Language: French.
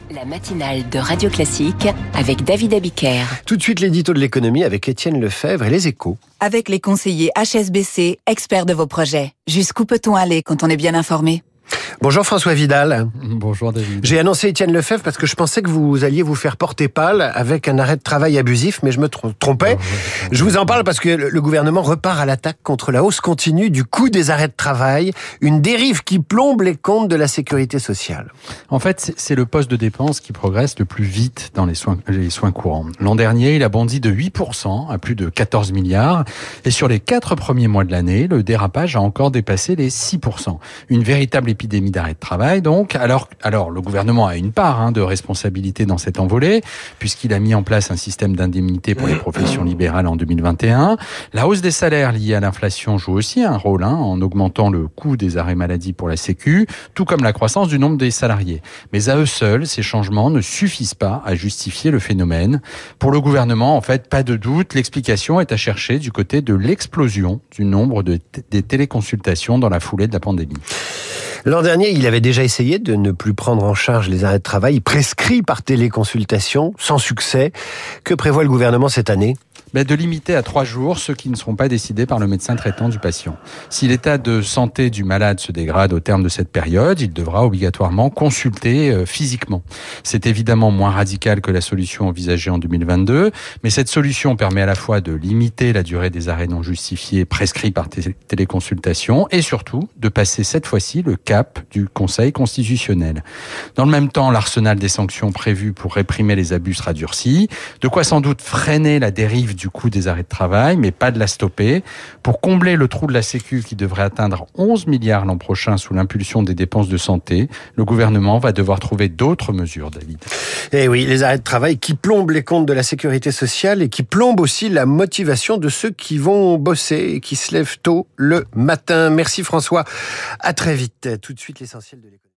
La matinale de Radio Classique avec David Abiker. Tout de suite l'édito de l'économie avec Étienne Lefebvre et les Échos. Avec les conseillers HSBC, experts de vos projets. Jusqu'où peut-on aller quand on est bien informé ? Bonjour François Vidal. Bonjour David. J'ai annoncé Étienne Lefebvre parce que je pensais que vous alliez vous faire porter pâle avec un arrêt de travail abusif, mais je me trompais. Je vous en parle parce que le gouvernement repart à l'attaque contre la hausse continue du coût des arrêts de travail, une dérive qui plombe les comptes de la sécurité sociale. En fait, c'est le poste de dépense qui progresse le plus vite dans les soins courants. L'an dernier, il a bondi de 8% à plus de 14 milliards. Et sur les 4 premiers mois de l'année, le dérapage a encore dépassé les 6%. Une véritable épidémie d'arrêt de travail, donc. Alors, le gouvernement a une part de responsabilité dans cette envolée, puisqu'il a mis en place un système d'indemnité pour les professions libérales en 2021. La hausse des salaires liée à l'inflation joue aussi un rôle, en augmentant le coût des arrêts maladie pour la Sécu, tout comme la croissance du nombre des salariés. Mais à eux seuls, ces changements ne suffisent pas à justifier le phénomène. Pour le gouvernement, en fait, pas de doute, l'explication est à chercher du côté de l'explosion du nombre des téléconsultations dans la foulée de la pandémie. L'an dernier, il avait déjà essayé de ne plus prendre en charge les arrêts de travail prescrits par téléconsultation, sans succès. Que prévoit le gouvernement cette année ? De limiter à 3 jours ceux qui ne seront pas décidés par le médecin traitant du patient. Si l'état de santé du malade se dégrade au terme de cette période, il devra obligatoirement consulter physiquement. C'est évidemment moins radical que la solution envisagée en 2022, mais cette solution permet à la fois de limiter la durée des arrêts non justifiés prescrits par téléconsultation et surtout de passer cette fois-ci le cap du Conseil constitutionnel. Dans le même temps, l'arsenal des sanctions prévues pour réprimer les abus sera durci, de quoi sans doute freiner la dérive du coût des arrêts de travail, mais pas de la stopper. Pour combler le trou de la Sécu qui devrait atteindre 11 milliards l'an prochain sous l'impulsion des dépenses de santé, le gouvernement va devoir trouver d'autres mesures, David. Eh oui, les arrêts de travail qui plombent les comptes de la sécurité sociale et qui plombent aussi la motivation de ceux qui vont bosser et qui se lèvent tôt le matin. Merci François. À très vite. Tout de suite l'essentiel de l'économie.